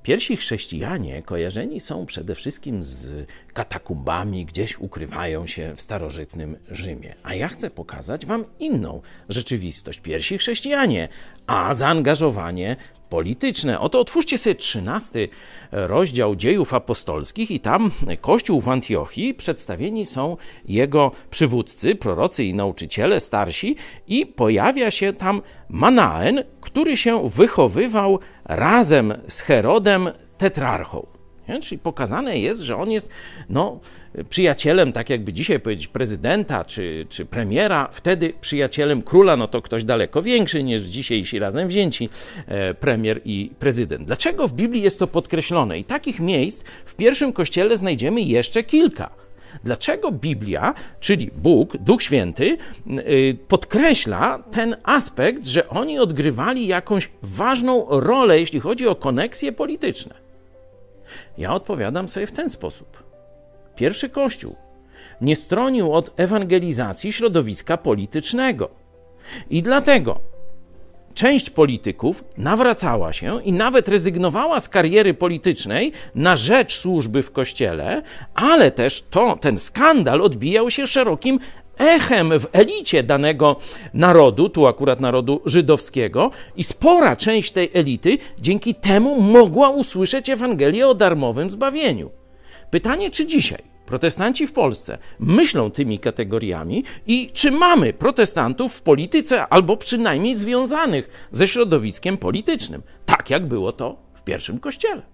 Pierwsi chrześcijanie kojarzeni są przede wszystkim z katakumbami, gdzieś ukrywają się w starożytnym Rzymie. A ja chcę pokazać wam inną rzeczywistość. Pierwsi chrześcijanie, a zaangażowanie polityczne. Oto otwórzcie sobie 13 rozdział Dziejów Apostolskich i tam Kościół w Antiochii przedstawieni są jego przywódcy, prorocy i nauczyciele starsi i pojawia się tam Manaen, który się wychowywał razem z Herodem tetrarchą. Nie? Czyli pokazane jest, że on jest przyjacielem, tak jakby dzisiaj powiedzieć, prezydenta czy premiera, wtedy przyjacielem króla, to ktoś daleko większy niż dzisiejsi razem wzięci premier i prezydent. Dlaczego w Biblii jest to podkreślone? I takich miejsc w pierwszym kościele znajdziemy jeszcze kilka. Dlaczego Biblia, czyli Bóg, Duch Święty, podkreśla ten aspekt, że oni odgrywali jakąś ważną rolę, jeśli chodzi o koneksje polityczne? Ja odpowiadam sobie w ten sposób. Pierwszy Kościół nie stronił od ewangelizacji środowiska politycznego. I dlatego część polityków nawracała się i nawet rezygnowała z kariery politycznej na rzecz służby w Kościele, ale też ten skandal odbijał się szerokim echem w elicie danego narodu, tu akurat narodu żydowskiego, i spora część tej elity dzięki temu mogła usłyszeć Ewangelię o darmowym zbawieniu. Pytanie, czy dzisiaj protestanci w Polsce myślą tymi kategoriami i czy mamy protestantów w polityce albo przynajmniej związanych ze środowiskiem politycznym, tak jak było to w pierwszym Kościele.